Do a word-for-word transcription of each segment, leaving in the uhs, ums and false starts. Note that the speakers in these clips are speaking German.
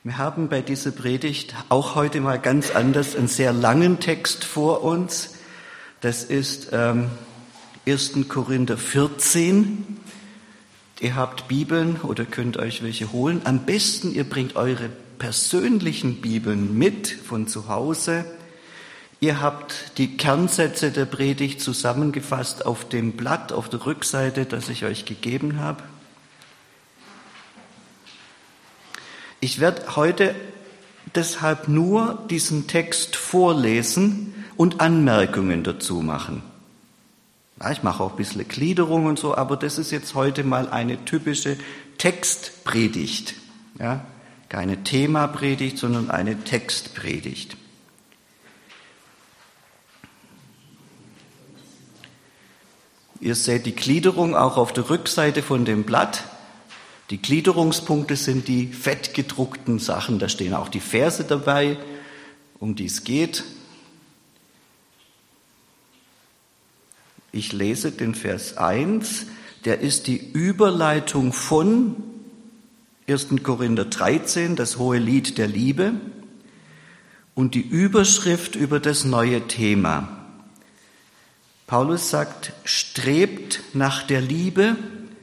Wir haben bei dieser Predigt auch heute mal ganz anders einen sehr langen Text vor uns. Das ist ähm, erster Korinther vierzehn. Ihr habt Bibeln oder könnt euch welche holen. Am besten, ihr bringt eure persönlichen Bibeln mit von zu Hause. Ihr habt die Kernsätze der Predigt zusammengefasst auf dem Blatt, auf der Rückseite, das ich euch gegeben habe. Ich werde heute deshalb nur diesen Text vorlesen und Anmerkungen dazu machen. Ja, ich mache auch ein bisschen Gliederung und so, aber das ist jetzt heute mal eine typische Textpredigt. Ja, keine Themapredigt, sondern eine Textpredigt. Ihr seht die Gliederung auch auf der Rückseite von dem Blatt. Die Gliederungspunkte sind die fett gedruckten Sachen. Da stehen auch die Verse dabei, um die es geht. Ich lese den Vers eins. Der ist die Überleitung von erster Korinther dreizehn, das hohe Lied der Liebe, und die Überschrift über das neue Thema. Paulus sagt, strebt nach der Liebe.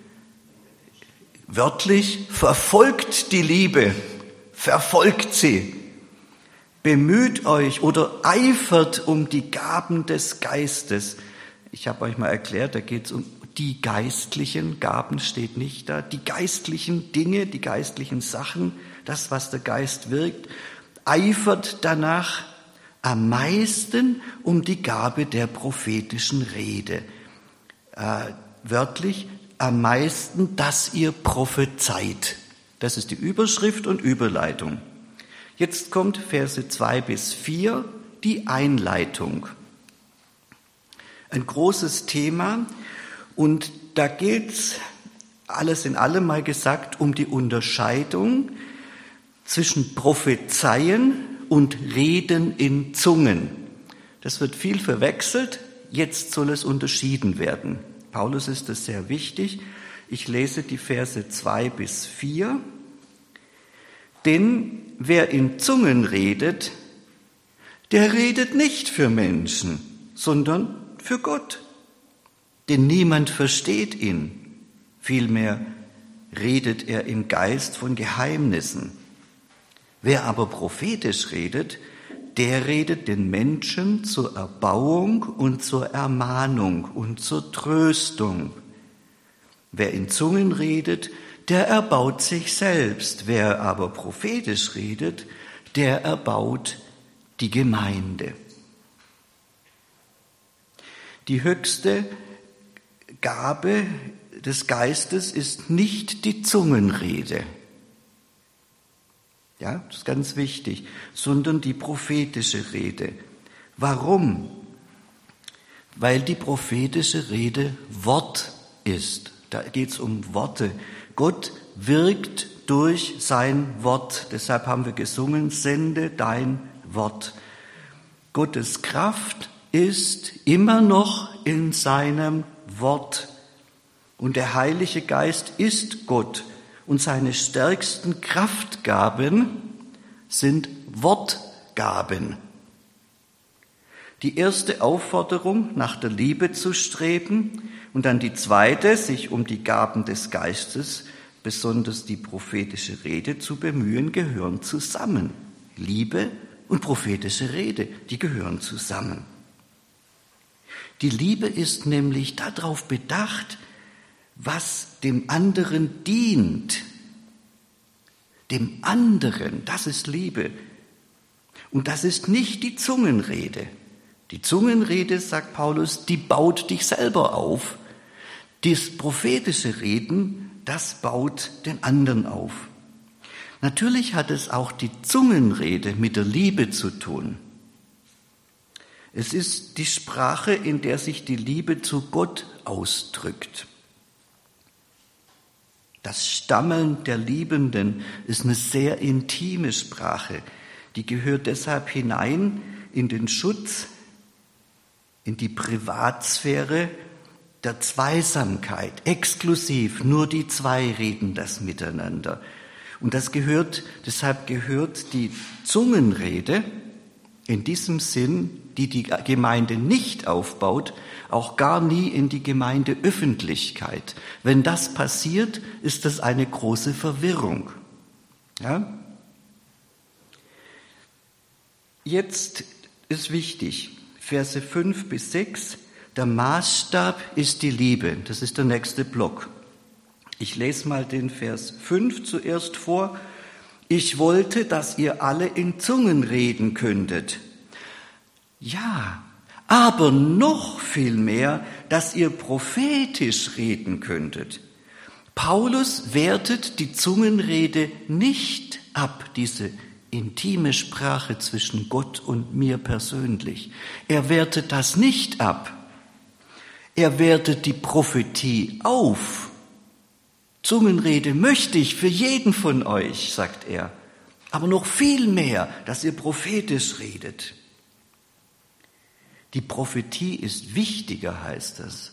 Wörtlich, verfolgt die Liebe, verfolgt sie, bemüht euch oder eifert um die Gaben des Geistes. Ich habe euch mal erklärt, da geht es um die geistlichen Gaben, steht nicht da, die geistlichen Dinge, die geistlichen Sachen, das, was der Geist wirkt, eifert danach am meisten um die Gabe der prophetischen Rede. Äh, wörtlich, am meisten, dass ihr prophezeit. Das ist die Überschrift und Überleitung. Jetzt kommt Verse zwei bis vier, die Einleitung. Ein großes Thema und da geht es, alles in allem mal gesagt, um die Unterscheidung zwischen Prophezeien und Reden in Zungen. Das wird viel verwechselt, jetzt soll es unterschieden werden. Paulus ist das sehr wichtig. Ich lese die Verse zwei bis vier. Denn wer in Zungen redet, der redet nicht für Menschen, sondern für Gott. Denn niemand versteht ihn. Vielmehr redet er im Geist von Geheimnissen. Wer aber prophetisch redet, der redet den Menschen zur Erbauung und zur Ermahnung und zur Tröstung. Wer in Zungen redet, der erbaut sich selbst. Wer aber prophetisch redet, der erbaut die Gemeinde. Die höchste Gabe des Geistes ist nicht die Zungenrede. Ja, das ist ganz wichtig, sondern die prophetische Rede. Warum? Weil die prophetische Rede Wort ist. Da geht es um Worte. Gott wirkt durch sein Wort. Deshalb haben wir gesungen, sende dein Wort. Gottes Kraft ist immer noch in seinem Wort. Und der Heilige Geist ist Gott. Und seine stärksten Kraftgaben sind Wortgaben. Die erste Aufforderung, nach der Liebe zu streben, und dann die zweite, sich um die Gaben des Geistes, besonders die prophetische Rede, zu bemühen, gehören zusammen. Liebe und prophetische Rede, die gehören zusammen. Die Liebe ist nämlich darauf bedacht, was dem anderen dient. Dem anderen, das ist Liebe. Und das ist nicht die Zungenrede. Die Zungenrede, sagt Paulus, die baut dich selber auf. Das prophetische Reden, das baut den anderen auf. Natürlich hat es auch die Zungenrede mit der Liebe zu tun. Es ist die Sprache, in der sich die Liebe zu Gott ausdrückt. Das Stammeln der Liebenden ist eine sehr intime Sprache. Die gehört deshalb hinein in den Schutz, in die Privatsphäre der Zweisamkeit. Exklusiv, nur die zwei reden das miteinander. Und das gehört, deshalb gehört die Zungenrede in diesem Sinn, die die Gemeinde nicht aufbaut, auch gar nie in die Gemeindeöffentlichkeit. Wenn das passiert, ist das eine große Verwirrung. Ja? Jetzt ist wichtig, Verse fünf bis sechs, der Maßstab ist die Liebe. Das ist der nächste Block. Ich lese mal den Vers fünf zuerst vor. Ich wollte, dass ihr alle in Zungen reden könntet. Ja, aber noch viel mehr, dass ihr prophetisch reden könntet. Paulus wertet die Zungenrede nicht ab, diese intime Sprache zwischen Gott und mir persönlich. Er wertet das nicht ab. Er wertet die Prophetie auf. Zungenrede möchte ich für jeden von euch, sagt er, aber noch viel mehr, dass ihr prophetisch redet. Die Prophetie ist wichtiger, heißt es.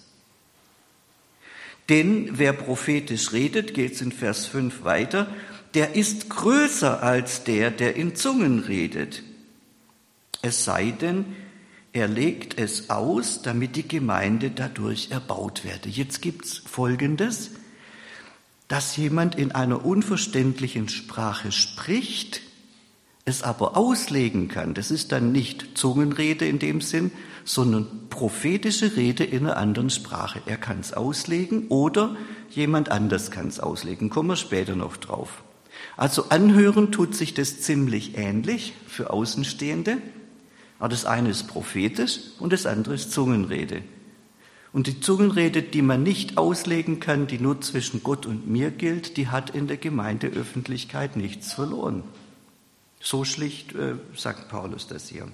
Denn wer prophetisch redet, geht es in Vers fünf weiter, der ist größer als der, der in Zungen redet. Es sei denn, er legt es aus, damit die Gemeinde dadurch erbaut werde. Jetzt gibt's Folgendes, dass jemand in einer unverständlichen Sprache spricht, es aber auslegen kann. Das ist dann nicht Zungenrede in dem Sinn, sondern prophetische Rede in einer anderen Sprache. Er kann es auslegen oder jemand anders kann es auslegen. Kommen wir später noch drauf. Also anhören tut sich das ziemlich ähnlich für Außenstehende. Aber das eine ist prophetisch und das andere ist Zungenrede. Und die Zungenrede, die man nicht auslegen kann, die nur zwischen Gott und mir gilt, die hat in der Gemeindeöffentlichkeit nichts verloren. So schlicht äh, sagt Paulus das hier.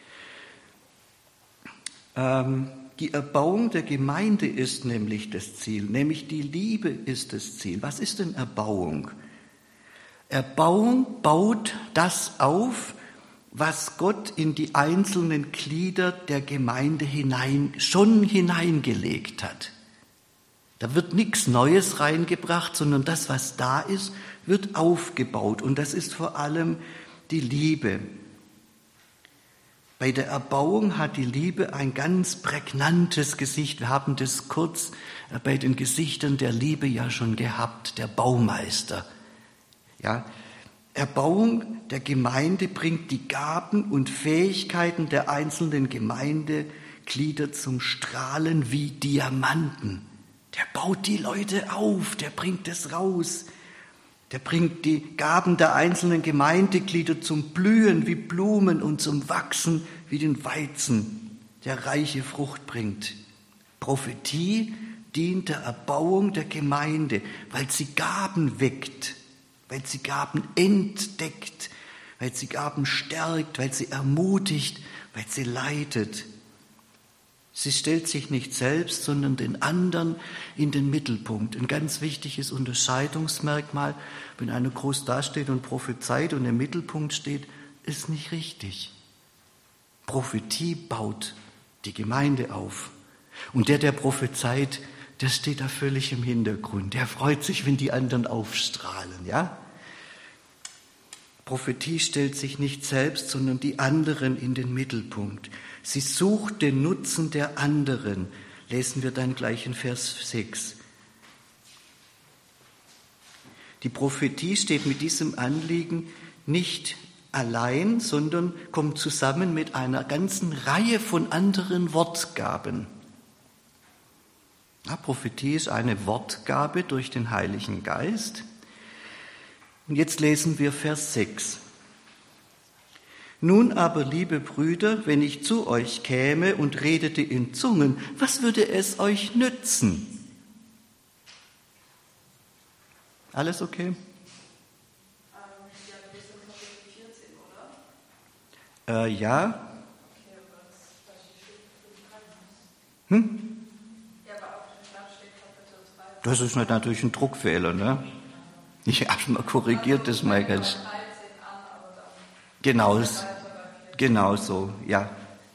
Ähm, die Erbauung der Gemeinde ist nämlich das Ziel, nämlich die Liebe ist das Ziel. Was ist denn Erbauung? Erbauung baut das auf, was Gott in die einzelnen Glieder der Gemeinde hinein, schon hineingelegt hat. Da wird nichts Neues reingebracht, sondern das, was da ist, wird aufgebaut. Und das ist vor allem die Liebe. Bei der Erbauung hat die Liebe ein ganz prägnantes Gesicht. Wir haben das kurz bei den Gesichtern der Liebe ja schon gehabt, der Baumeister. Ja, Erbauung der Gemeinde bringt die Gaben und Fähigkeiten der einzelnen Gemeindeglieder zum Strahlen wie Diamanten. Der baut die Leute auf, der bringt es raus. Der bringt die Gaben der einzelnen Gemeindeglieder zum Blühen wie Blumen und zum Wachsen wie den Weizen, der reiche Frucht bringt. Prophetie dient der Erbauung der Gemeinde, weil sie Gaben weckt, weil sie Gaben entdeckt, weil sie Gaben stärkt, weil sie ermutigt, weil sie leitet. Sie stellt sich nicht selbst, sondern den anderen in den Mittelpunkt. Ein ganz wichtiges Unterscheidungsmerkmal, wenn einer groß dasteht und prophezeit und im Mittelpunkt steht, ist nicht richtig. Prophetie baut die Gemeinde auf. Und der, der prophezeit, der steht da völlig im Hintergrund. Der freut sich, wenn die anderen aufstrahlen, ja? Prophetie stellt sich nicht selbst, sondern die anderen in den Mittelpunkt. Sie sucht den Nutzen der anderen. Lesen wir dann gleich in Vers sechs. Die Prophetie steht mit diesem Anliegen nicht allein, sondern kommt zusammen mit einer ganzen Reihe von anderen Wortgaben. Ja, Prophetie ist eine Wortgabe durch den Heiligen Geist. Und jetzt lesen wir Vers sechs. Nun aber, liebe Brüder, wenn ich zu euch käme und redete in Zungen, was würde es euch nützen? Alles okay? Äh, ja. Hm? Das ist natürlich ein Druckfehler, ne? Ich habe mal korrigiert das mal ganz. Genau, genau so, ja.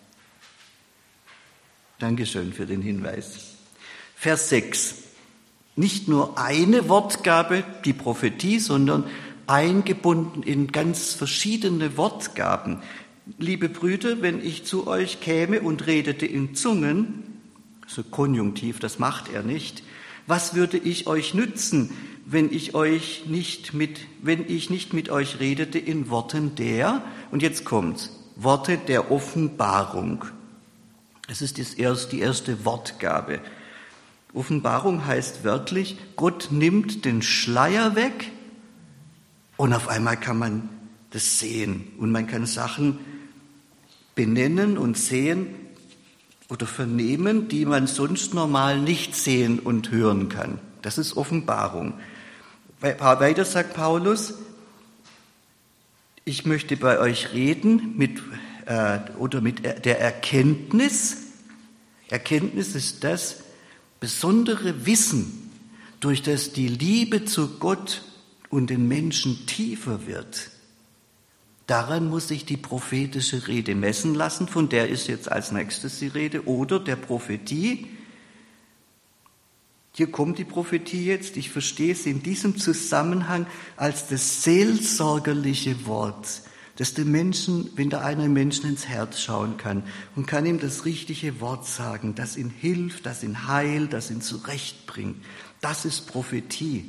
Dankeschön für den Hinweis. Vers sechs. Nicht nur eine Wortgabe, die Prophetie, sondern eingebunden in ganz verschiedene Wortgaben. Liebe Brüder, wenn ich zu euch käme und redete in Zungen, so Konjunktiv, das macht er nicht, was würde ich euch nützen, wenn ich euch nicht mit, wenn ich nicht mit euch redete in Worten der, und jetzt kommt's, Worte der Offenbarung. Das ist das erste, die erste Wortgabe. Offenbarung heißt wörtlich, Gott nimmt den Schleier weg und auf einmal kann man das sehen und man kann Sachen benennen und sehen oder vernehmen, die man sonst normal nicht sehen und hören kann. Das ist Offenbarung. Weiter sagt Paulus, ich möchte bei euch reden mit, äh, oder mit der Erkenntnis. Erkenntnis ist das besondere Wissen, durch das die Liebe zu Gott und den Menschen tiefer wird. Daran muss sich die prophetische Rede messen lassen, von der ist jetzt als nächstes die Rede, oder der Prophetie. Hier kommt die Prophetie jetzt, ich verstehe sie in diesem Zusammenhang als das seelsorgerliche Wort, dass der Menschen, wenn der eine Menschen ins Herz schauen kann und kann ihm das richtige Wort sagen, das ihn hilft, das ihn heilt, das ihn zurechtbringt. Das ist Prophetie.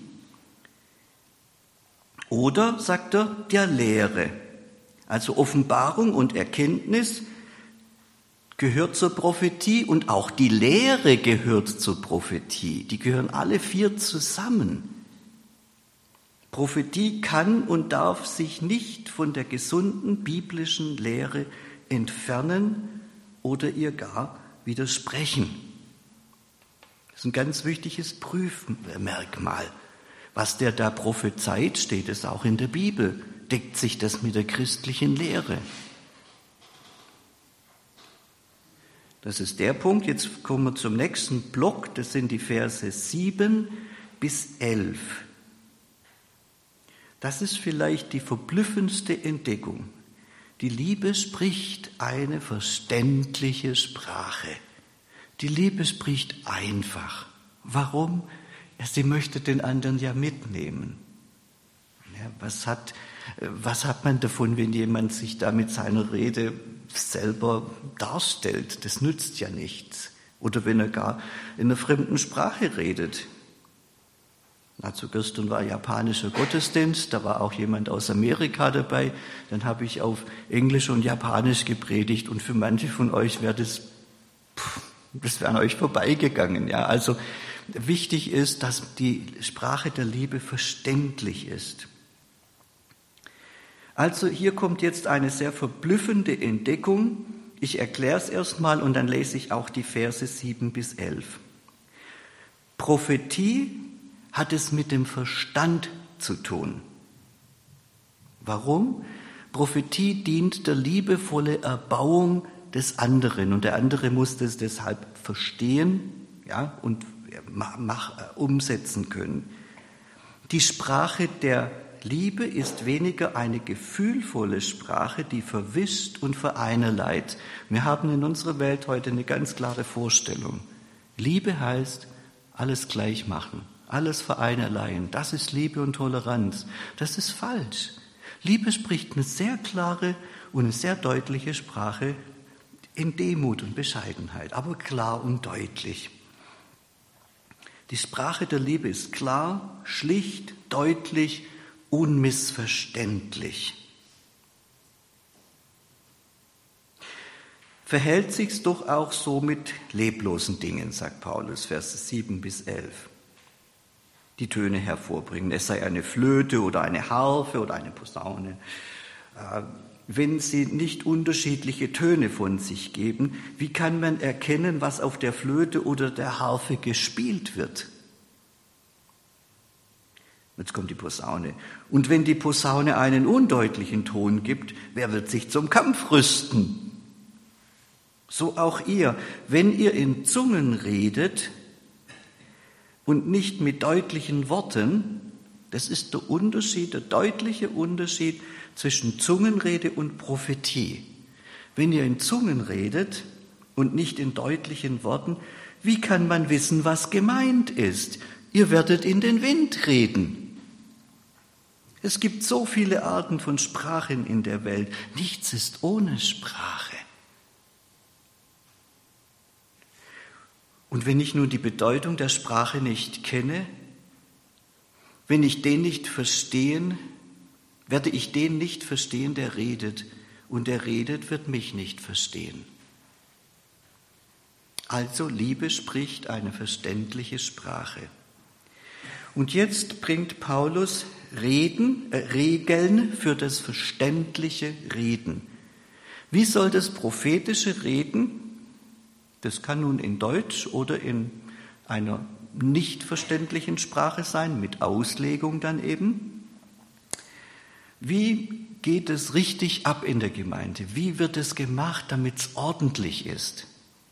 Oder, sagt er, der Lehre. Also Offenbarung und Erkenntnis gehört zur Prophetie und auch die Lehre gehört zur Prophetie. Die gehören alle vier zusammen. Prophetie kann und darf sich nicht von der gesunden biblischen Lehre entfernen oder ihr gar widersprechen. Das ist ein ganz wichtiges Prüfmerkmal. Was der da prophezeit, steht es auch in der Bibel. Deckt sich das mit der christlichen Lehre? Das ist der Punkt. Jetzt kommen wir zum nächsten Block. Das sind die Verse sieben bis elf. Das ist vielleicht die verblüffendste Entdeckung. Die Liebe spricht eine verständliche Sprache. Die Liebe spricht einfach. Warum? Sie möchte den anderen ja mitnehmen. Ja, was hat, was hat man davon, wenn jemand sich da mit seiner Rede selber darstellt? Das nützt ja nichts. Oder wenn er gar in einer fremden Sprache redet. Also gestern war japanischer Gottesdienst, da war auch jemand aus Amerika dabei. Dann habe ich auf Englisch und Japanisch gepredigt und für manche von euch wäre das, pff, das wäre an euch vorbeigegangen. Ja, also wichtig ist, dass die Sprache der Liebe verständlich ist. Also hier kommt jetzt eine sehr verblüffende Entdeckung. Ich erkläre es erstmal und dann lese ich auch die Verse sieben bis elf. Prophetie hat es mit dem Verstand zu tun. Warum? Prophetie dient der liebevollen Erbauung des anderen und der andere muss das deshalb verstehen, ja, und mach, umsetzen können. Die Sprache der Liebe ist weniger eine gefühlvolle Sprache, die verwischt und vereinerleit. Wir haben in unserer Welt heute eine ganz klare Vorstellung. Liebe heißt, alles gleich machen, alles vereinerleihen. Das ist Liebe und Toleranz. Das ist falsch. Liebe spricht eine sehr klare und eine sehr deutliche Sprache in Demut und Bescheidenheit, aber klar und deutlich. Die Sprache der Liebe ist klar, schlicht, deutlich, unmissverständlich. Verhält sich's doch auch so mit leblosen Dingen, sagt Paulus, Verse sieben bis elf. Die Töne hervorbringen, es sei eine Flöte oder eine Harfe oder eine Posaune. Wenn sie nicht unterschiedliche Töne von sich geben, wie kann man erkennen, was auf der Flöte oder der Harfe gespielt wird? Jetzt kommt die Posaune. Und wenn die Posaune einen undeutlichen Ton gibt, wer wird sich zum Kampf rüsten? So auch ihr, wenn ihr in Zungen redet und nicht mit deutlichen Worten, das ist der Unterschied, der deutliche Unterschied zwischen Zungenrede und Prophetie. Wenn ihr in Zungen redet und nicht in deutlichen Worten, wie kann man wissen, was gemeint ist? Ihr werdet in den Wind reden. Es gibt so viele Arten von Sprachen in der Welt. Nichts ist ohne Sprache. Und wenn ich nun die Bedeutung der Sprache nicht kenne, wenn ich den nicht verstehen, werde ich den nicht verstehen, der redet. Und der redet, wird mich nicht verstehen. Also Liebe spricht eine verständliche Sprache. Und jetzt bringt Paulus Reden, äh, Regeln für das verständliche Reden. Wie soll das prophetische Reden, das kann nun in Deutsch oder in einer nicht verständlichen Sprache sein, mit Auslegung dann eben, wie geht es richtig ab in der Gemeinde? Wie wird es gemacht, damit es ordentlich ist?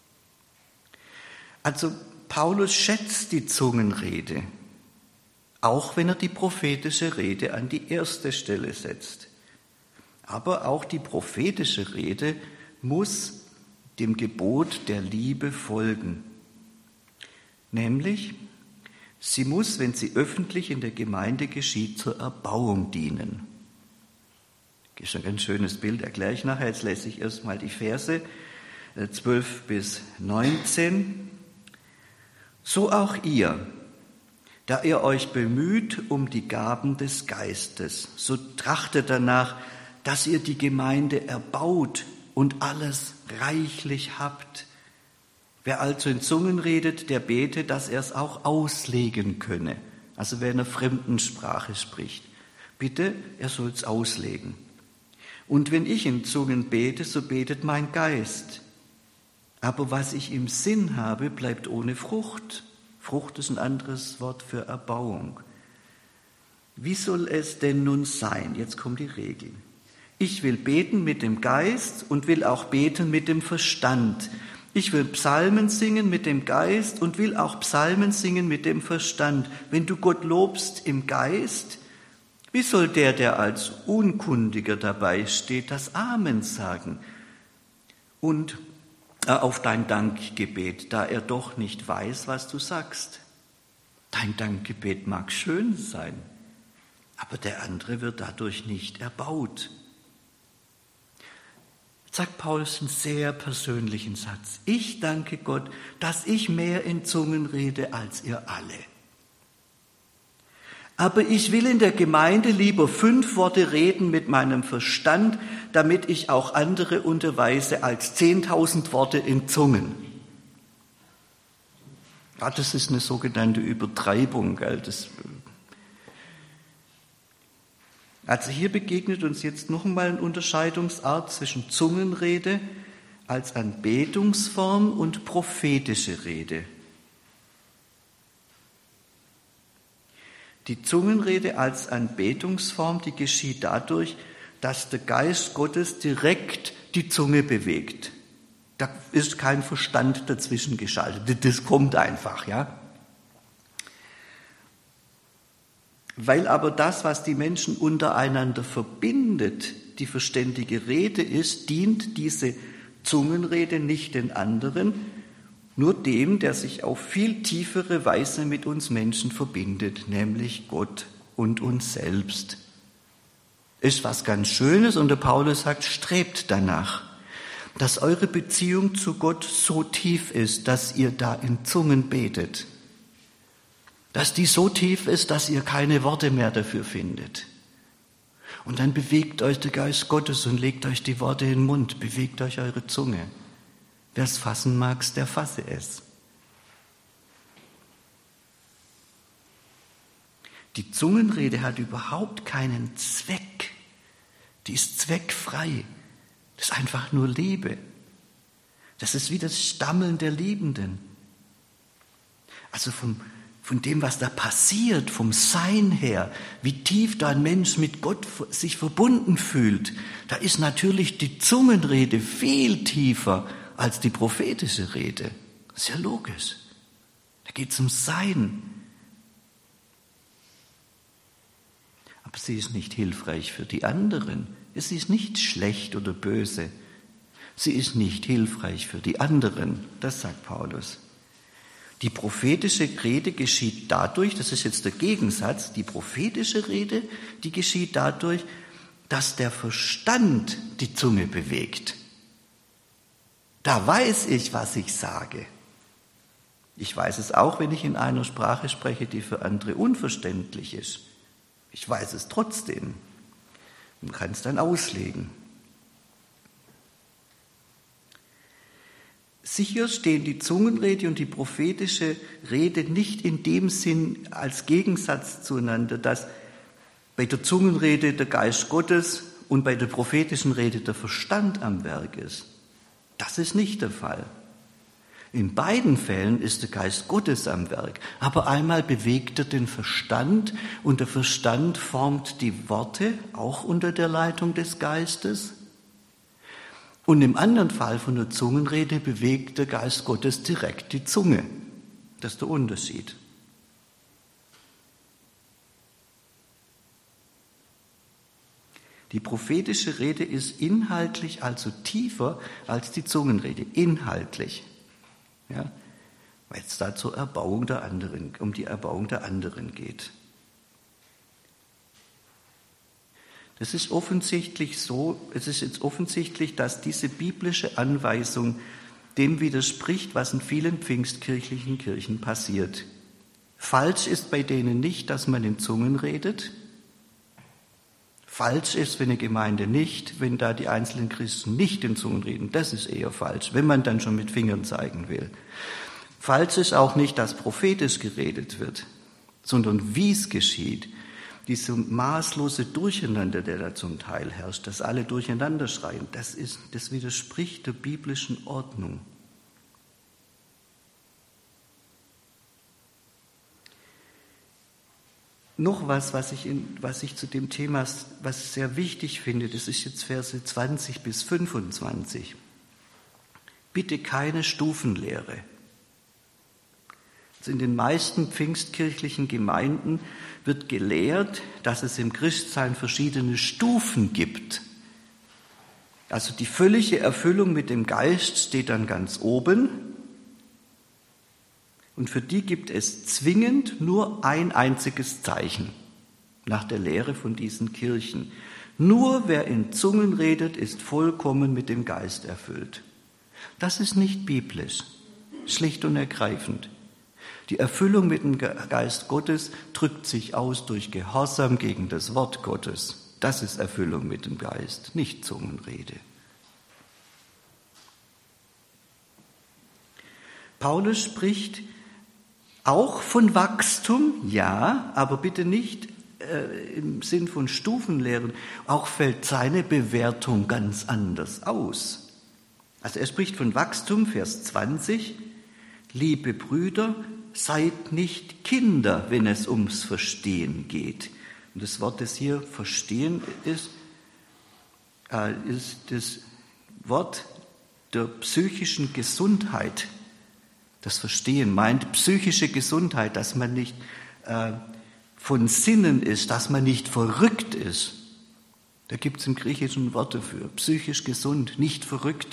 Also Paulus schätzt die Zungenrede, auch wenn er die prophetische Rede an die erste Stelle setzt. Aber auch die prophetische Rede muss dem Gebot der Liebe folgen. Nämlich, sie muss, wenn sie öffentlich in der Gemeinde geschieht, zur Erbauung dienen. Das ist ein ganz schönes Bild, erkläre ich nachher. Jetzt lese ich erst mal die Verse zwölf bis neunzehn. So auch ihr, da ihr euch bemüht um die Gaben des Geistes, so trachtet danach, dass ihr die Gemeinde erbaut und alles reichlich habt. Wer also in Zungen redet, der bete, dass er es auch auslegen könne. Also wer in einer fremden Sprache spricht, bitte, er soll es auslegen. Und wenn ich in Zungen bete, so betet mein Geist. Aber was ich im Sinn habe, bleibt ohne Frucht. Frucht ist ein anderes Wort für Erbauung. Wie soll es denn nun sein? Jetzt kommt die Regel. Ich will beten mit dem Geist und will auch beten mit dem Verstand. Ich will Psalmen singen mit dem Geist und will auch Psalmen singen mit dem Verstand. Wenn du Gott lobst im Geist, wie soll der, der als Unkundiger dabei steht, das Amen sagen? Und auf dein Dankgebet, da er doch nicht weiß, was du sagst. Dein Dankgebet mag schön sein, aber der andere wird dadurch nicht erbaut. Jetzt sagt Paulus einen sehr persönlichen Satz. Ich danke Gott, dass ich mehr in Zungen rede als ihr alle. Aber ich will in der Gemeinde lieber fünf Worte reden mit meinem Verstand, damit ich auch andere unterweise, als zehntausend Worte in Zungen. Ja, das ist eine sogenannte Übertreibung. Gell? Das also hier begegnet uns jetzt noch einmal eine Unterscheidungsart zwischen Zungenrede als Anbetungsform und prophetische Rede. Die Zungenrede als Anbetungsform, die geschieht dadurch, dass der Geist Gottes direkt die Zunge bewegt. Da ist kein Verstand dazwischen geschaltet. Das kommt einfach, ja. Weil aber das, was die Menschen untereinander verbindet, die verständige Rede ist, dient diese Zungenrede nicht den anderen, nur dem, der sich auf viel tiefere Weise mit uns Menschen verbindet, nämlich Gott und uns selbst. Ist was ganz Schönes und der Paulus sagt, strebt danach, dass eure Beziehung zu Gott so tief ist, dass ihr da in Zungen betet. Dass die so tief ist, dass ihr keine Worte mehr dafür findet. Und dann bewegt euch der Geist Gottes und legt euch die Worte in den Mund, bewegt euch eure Zunge. Wer es fassen mag, der fasse es. Die Zungenrede hat überhaupt keinen Zweck. Die ist zweckfrei. Das ist einfach nur Liebe. Das ist wie das Stammeln der Liebenden. Also vom, von dem, was da passiert, vom Sein her, wie tief da ein Mensch mit Gott sich verbunden fühlt, da ist natürlich die Zungenrede viel tiefer als die prophetische Rede. Das ist ja logisch. Da geht es um Sein. Aber sie ist nicht hilfreich für die anderen. Sie ist nicht schlecht oder böse. Sie ist nicht hilfreich für die anderen. Das sagt Paulus. Die prophetische Rede geschieht dadurch, das ist jetzt der Gegensatz, die prophetische Rede, die geschieht dadurch, dass der Verstand die Zunge bewegt. Da weiß ich, was ich sage. Ich weiß es auch, wenn ich in einer Sprache spreche, die für andere unverständlich ist. Ich weiß es trotzdem und kann es dann auslegen. Sicher stehen die Zungenrede und die prophetische Rede nicht in dem Sinn als Gegensatz zueinander, dass bei der Zungenrede der Geist Gottes und bei der prophetischen Rede der Verstand am Werk ist. Das ist nicht der Fall. In beiden Fällen ist der Geist Gottes am Werk, aber einmal bewegt er den Verstand und der Verstand formt die Worte, auch unter der Leitung des Geistes. Und im anderen Fall von der Zungenrede bewegt der Geist Gottes direkt die Zunge. Das ist der Unterschied. Die prophetische Rede ist inhaltlich also tiefer als die Zungenrede, inhaltlich. Ja, weil es da zur Erbauung der anderen, um die Erbauung der anderen geht. Das ist offensichtlich so, es ist jetzt offensichtlich, dass diese biblische Anweisung dem widerspricht, was in vielen pfingstkirchlichen Kirchen passiert. Falsch ist bei denen nicht, dass man in Zungen redet. Falsch ist, wenn eine Gemeinde nicht, wenn da die einzelnen Christen nicht in Zungen reden. Das ist eher falsch, wenn man dann schon mit Fingern zeigen will. Falsch ist auch nicht, dass prophetisch geredet wird, sondern wie es geschieht. Diese maßlose Durcheinander, der da zum Teil herrscht, dass alle durcheinander schreien, das ist, das widerspricht der biblischen Ordnung. Noch was, was ich, in, was ich zu dem Thema, was ich sehr wichtig finde, das ist jetzt Verse zwanzig bis fünfundzwanzig. Bitte keine Stufenlehre. Also in den meisten pfingstkirchlichen Gemeinden wird gelehrt, dass es im Christsein verschiedene Stufen gibt. Also die völlige Erfüllung mit dem Geist steht dann ganz oben. Und für die gibt es zwingend nur ein einziges Zeichen nach der Lehre von diesen Kirchen. Nur wer in Zungen redet, ist vollkommen mit dem Geist erfüllt. Das ist nicht biblisch, schlicht und ergreifend. Die Erfüllung mit dem Geist Gottes drückt sich aus durch Gehorsam gegen das Wort Gottes. Das ist Erfüllung mit dem Geist, nicht Zungenrede. Paulus spricht auch von Wachstum, ja, aber bitte nicht äh, im Sinn von Stufenlehren. Auch fällt seine Bewertung ganz anders aus. Also er spricht von Wachstum, Vers zwanzig. Liebe Brüder, seid nicht Kinder, wenn es ums Verstehen geht. Und das Wort, das hier Verstehen ist, äh, ist das Wort der psychischen Gesundheit. Das Verstehen meint psychische Gesundheit, dass man nicht äh, von Sinnen ist, dass man nicht verrückt ist. Da gibt es im Griechischen Wort dafür. Psychisch gesund, nicht verrückt.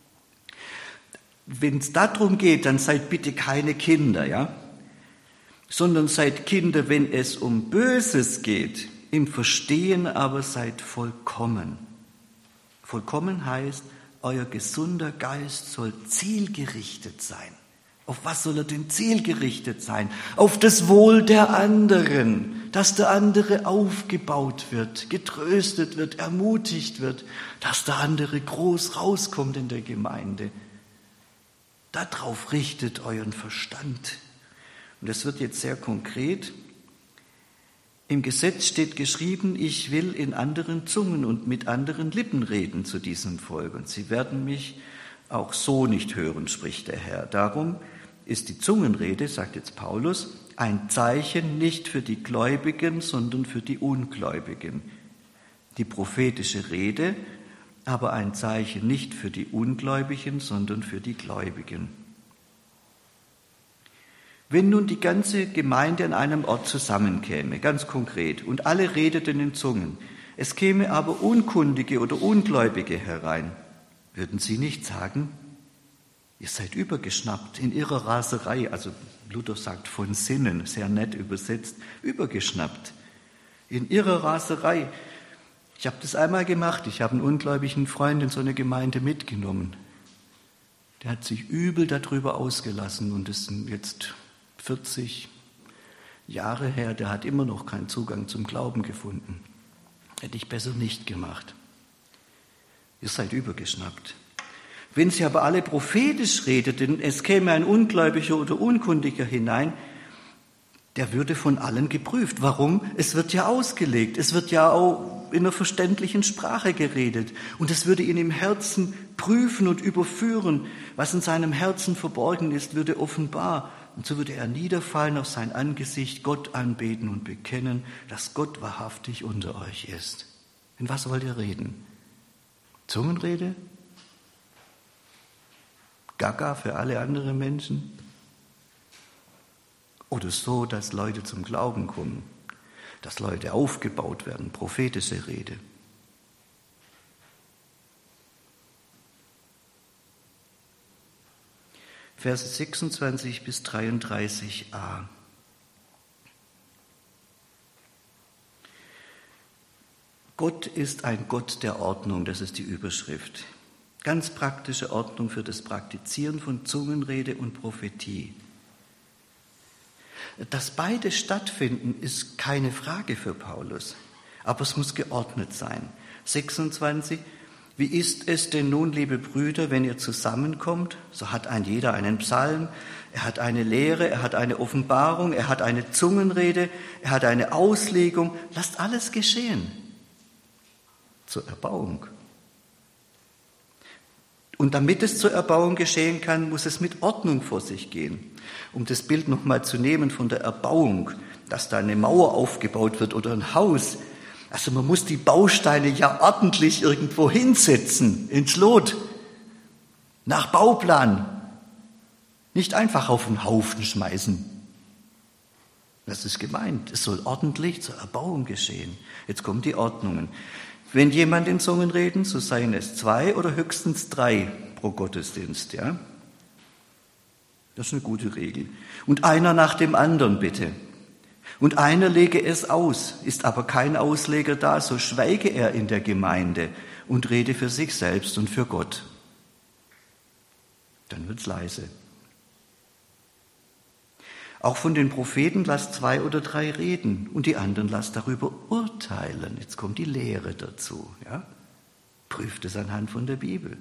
Wenn es darum geht, dann seid bitte keine Kinder, ja? Sondern seid Kinder, wenn es um Böses geht. Im Verstehen aber seid vollkommen. Vollkommen heißt, euer gesunder Geist soll zielgerichtet sein. Auf was soll er denn zielgerichtet sein? Auf das Wohl der anderen, dass der andere aufgebaut wird, getröstet wird, ermutigt wird, dass der andere groß rauskommt in der Gemeinde. Darauf richtet euren Verstand. Und das wird jetzt sehr konkret. Im Gesetz steht geschrieben, ich will in anderen Zungen und mit anderen Lippen reden zu diesem Volk. Und sie werden mich auch so nicht hören, spricht der Herr. Darum ist die Zungenrede, sagt jetzt Paulus, ein Zeichen nicht für die Gläubigen, sondern für die Ungläubigen. Die prophetische Rede aber ein Zeichen nicht für die Ungläubigen, sondern für die Gläubigen. Wenn nun die ganze Gemeinde an einem Ort zusammenkäme, ganz konkret, und alle redeten in Zungen, es käme aber Unkundige oder Ungläubige herein, würden sie nicht sagen, Ihr seid übergeschnappt in ihrer Raserei, also Luther sagt von Sinnen, sehr nett übersetzt, übergeschnappt. In ihrer Raserei. Ich habe das einmal gemacht, ich habe einen ungläubigen Freund in so eine Gemeinde mitgenommen. Der hat sich übel darüber ausgelassen und es sind jetzt vierzig Jahre her, der hat immer noch keinen Zugang zum Glauben gefunden. Hätte ich besser nicht gemacht. Ihr seid übergeschnappt. Wenn sie aber alle prophetisch redeten, es käme ein Ungläubiger oder Unkundiger hinein, der würde von allen geprüft. Warum? Es wird ja ausgelegt, es wird ja auch in einer verständlichen Sprache geredet und es würde ihn im Herzen prüfen und überführen. Was in seinem Herzen verborgen ist, würde offenbar. Und so würde er niederfallen auf sein Angesicht, Gott anbeten und bekennen, dass Gott wahrhaftig unter euch ist. In was wollt ihr reden? Zungenrede? Gaga für alle anderen Menschen? Oder so, dass Leute zum Glauben kommen, dass Leute aufgebaut werden, prophetische Rede. Verse sechsundzwanzig bis dreiunddreißig a. Gott ist ein Gott der Ordnung, das ist die Überschrift. Ganz praktische Ordnung für das Praktizieren von Zungenrede und Prophetie. Dass beide stattfinden, ist keine Frage für Paulus, aber es muss geordnet sein. sechsundzwanzig. Wie ist es denn nun, liebe Brüder, wenn ihr zusammenkommt? So hat ein jeder einen Psalm, er hat eine Lehre, er hat eine Offenbarung, er hat eine Zungenrede, er hat eine Auslegung. Lasst alles geschehen. Zur Erbauung. Und damit es zur Erbauung geschehen kann, muss es mit Ordnung vor sich gehen. Um das Bild nochmal zu nehmen von der Erbauung, dass da eine Mauer aufgebaut wird oder ein Haus. Also man muss die Bausteine ja ordentlich irgendwo hinsetzen, ins Lot, nach Bauplan. Nicht einfach auf einen Haufen schmeißen. Das ist gemeint. Es soll ordentlich zur Erbauung geschehen. Jetzt kommen die Ordnungen. Wenn jemand in Zungen reden, so seien es zwei oder höchstens drei pro Gottesdienst, ja? Das ist eine gute Regel. Und einer nach dem anderen, bitte. Und einer lege es aus. Ist aber kein Ausleger da, so schweige er in der Gemeinde und rede für sich selbst und für Gott. Dann wird's leise. Auch von den Propheten lasst zwei oder drei reden und die anderen lasst darüber urteilen. Jetzt kommt die Lehre dazu. Ja? Prüft es anhand von der Bibel.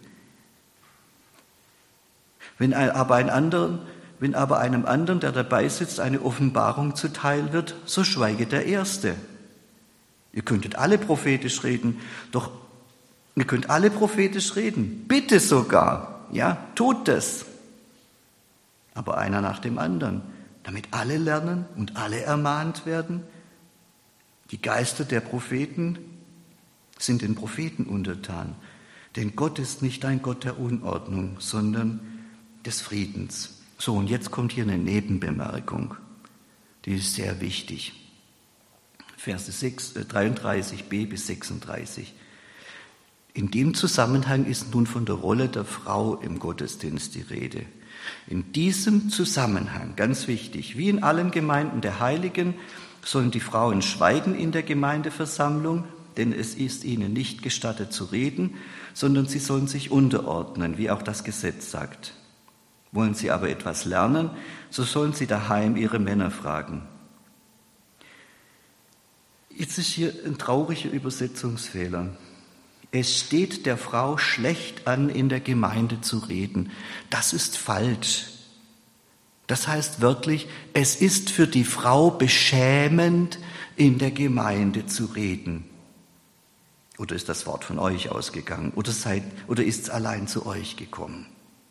Wenn aber, ein anderen, wenn aber einem anderen, der dabei sitzt, eine Offenbarung zuteil wird, so schweige der Erste. Ihr könntet alle prophetisch reden, doch ihr könnt alle prophetisch reden, bitte sogar, ja, tut das. Aber einer nach dem anderen, damit alle lernen und alle ermahnt werden. Die Geister der Propheten sind den Propheten untertan, denn Gott ist nicht ein Gott der Unordnung, sondern des Friedens. So, und jetzt kommt hier eine Nebenbemerkung, die ist sehr wichtig. Verse dreiunddreißig b bis sechsunddreißig. In dem Zusammenhang ist nun von der Rolle der Frau im Gottesdienst die Rede. In diesem Zusammenhang, ganz wichtig, wie in allen Gemeinden der Heiligen, sollen die Frauen schweigen in der Gemeindeversammlung, denn es ist ihnen nicht gestattet zu reden, sondern sie sollen sich unterordnen, wie auch das Gesetz sagt. Wollen sie aber etwas lernen, so sollen sie daheim ihre Männer fragen. Jetzt ist hier ein trauriger Übersetzungsfehler. Es steht der Frau schlecht an, in der Gemeinde zu reden. Das ist falsch. Das heißt wörtlich, es ist für die Frau beschämend, in der Gemeinde zu reden. Oder ist das Wort von euch ausgegangen? Oder, seid, oder ist es allein zu euch gekommen?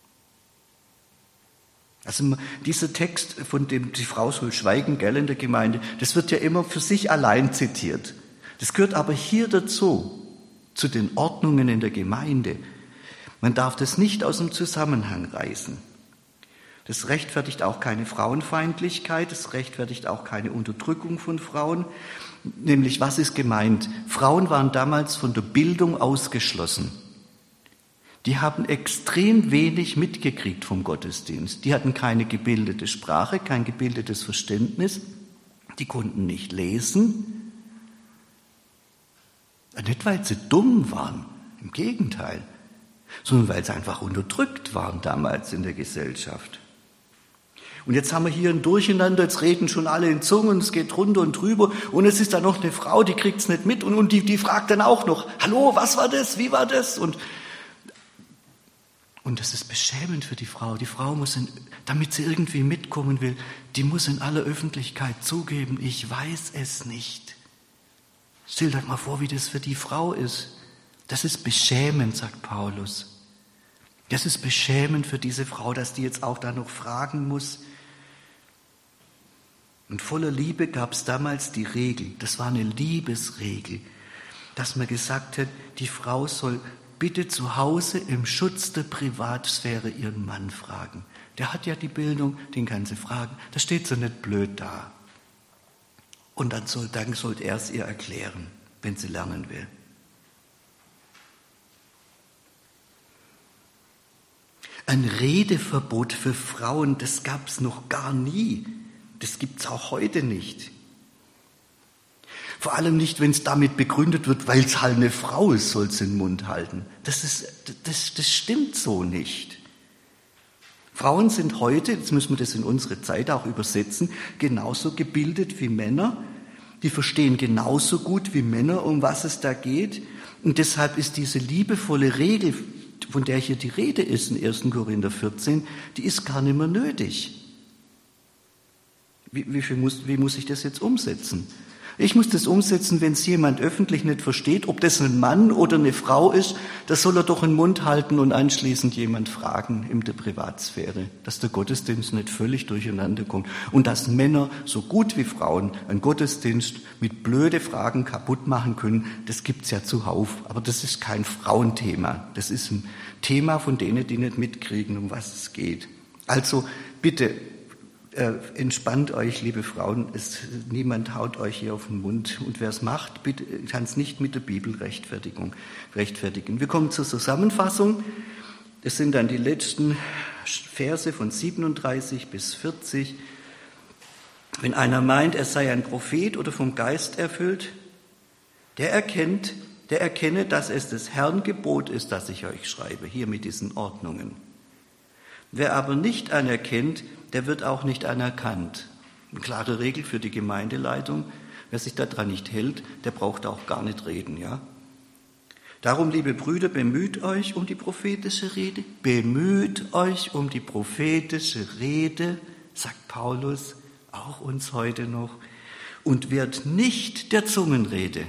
Also dieser Text, von dem die Frau soll schweigen, gell, in der Gemeinde, das wird ja immer für sich allein zitiert. Das gehört aber hier dazu, zu den Ordnungen in der Gemeinde. Man darf das nicht aus dem Zusammenhang reißen. Das rechtfertigt auch keine Frauenfeindlichkeit, das rechtfertigt auch keine Unterdrückung von Frauen. Nämlich, was ist gemeint? Frauen waren damals von der Bildung ausgeschlossen. Die haben extrem wenig mitgekriegt vom Gottesdienst. Die hatten keine gebildete Sprache, kein gebildetes Verständnis. Die konnten nicht lesen. Nicht, weil sie dumm waren, im Gegenteil, sondern weil sie einfach unterdrückt waren damals in der Gesellschaft. Und jetzt haben wir hier ein Durcheinander, jetzt reden schon alle in Zungen, es geht drunter und drüber und es ist da noch eine Frau, die kriegt es nicht mit und, und die, die fragt dann auch noch, hallo, was war das, wie war das? Und, und das ist beschämend für die Frau. Die Frau muss, in, damit sie irgendwie mitkommen will, die muss in aller Öffentlichkeit zugeben, ich weiß es nicht. Stell dir mal vor, wie das für die Frau ist. Das ist beschämend, sagt Paulus. Das ist beschämend für diese Frau, dass die jetzt auch da noch fragen muss. Und voller Liebe gab es damals die Regel, das war eine Liebesregel, dass man gesagt hat, die Frau soll bitte zu Hause im Schutz der Privatsphäre ihren Mann fragen. Der hat ja die Bildung, den kann sie fragen, da steht sie nicht blöd da. Und dann soll, dann sollte er es ihr erklären, wenn sie lernen will. Ein Redeverbot für Frauen, das gab es noch gar nie. Das gibt es auch heute nicht. Vor allem nicht, wenn es damit begründet wird, weil es halt eine Frau ist, soll sie den Mund halten. Das, ist, das, das stimmt so nicht. Frauen sind heute, jetzt müssen wir das in unsere Zeit auch übersetzen, genauso gebildet wie Männer. Die verstehen genauso gut wie Männer, um was es da geht. Und deshalb ist diese liebevolle Regel, von der hier die Rede ist in ersten Korinther vierzehn, die ist gar nicht mehr nötig. Wie, wie, viel muss, wie muss ich das jetzt umsetzen? Ich muss das umsetzen, wenn es jemand öffentlich nicht versteht, ob das ein Mann oder eine Frau ist, das soll er doch den Mund halten und anschließend jemand fragen in der Privatsphäre, dass der Gottesdienst nicht völlig durcheinander kommt und dass Männer so gut wie Frauen einen Gottesdienst mit blöde Fragen kaputt machen können, das gibt's ja zuhauf. Aber das ist kein Frauenthema, das ist ein Thema von denen, die nicht mitkriegen, um was es geht. Also bitte, Äh, entspannt euch, liebe Frauen, es, niemand haut euch hier auf den Mund. Und wer es macht, bitte, kann es nicht mit der Bibel rechtfertigen. Wir kommen zur Zusammenfassung. Das sind dann die letzten Verse von siebenunddreißig bis vierzig. Wenn einer meint, er sei ein Prophet oder vom Geist erfüllt, der erkennt, der erkenne, dass es des Herrn Gebot ist, das ich euch schreibe, hier mit diesen Ordnungen. Wer aber nicht anerkennt, der wird auch nicht anerkannt. Eine klare Regel für die Gemeindeleitung. Wer sich daran nicht hält, der braucht auch gar nicht reden, ja? Darum, liebe Brüder, bemüht euch um die prophetische Rede. Bemüht euch um die prophetische Rede, sagt Paulus, auch uns heute noch. Und wird nicht der Zungenrede.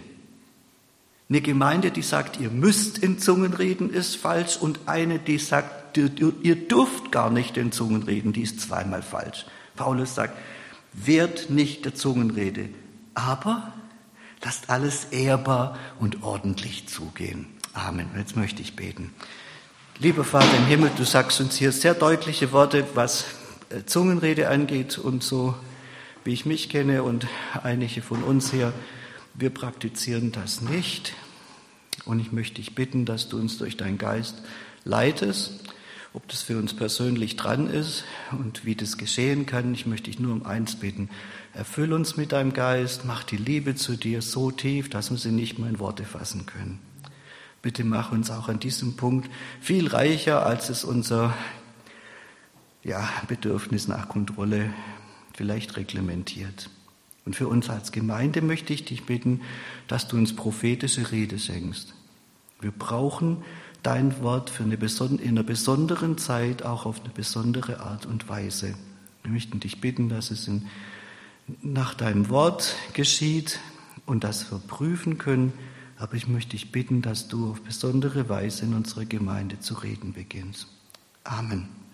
Eine Gemeinde, die sagt, ihr müsst in Zungen reden, ist falsch. Und eine, die sagt, ihr dürft gar nicht in Zungen reden, die ist zweimal falsch. Paulus sagt, wehrt nicht der Zungenrede, aber lasst alles ehrbar und ordentlich zugehen. Amen. Jetzt möchte ich beten. Lieber Vater im Himmel, du sagst uns hier sehr deutliche Worte, was Zungenrede angeht und so, wie ich mich kenne und einige von uns hier, wir praktizieren das nicht. Und ich möchte dich bitten, dass du uns durch deinen Geist leitest, ob das für uns persönlich dran ist und wie das geschehen kann. Ich möchte dich nur um eins bitten, erfüll uns mit deinem Geist, mach die Liebe zu dir so tief, dass wir sie nicht mehr in Worte fassen können. Bitte mach uns auch an diesem Punkt viel reicher, als es unser ja, Bedürfnis nach Kontrolle vielleicht reglementiert. Und für uns als Gemeinde möchte ich dich bitten, dass du uns prophetische Rede schenkst. Wir brauchen dein Wort für eine beson- in einer besonderen Zeit, auch auf eine besondere Art und Weise. Wir möchten dich bitten, dass es in, nach deinem Wort geschieht und dass wir prüfen können. Aber ich möchte dich bitten, dass du auf besondere Weise in unserer Gemeinde zu reden beginnst. Amen.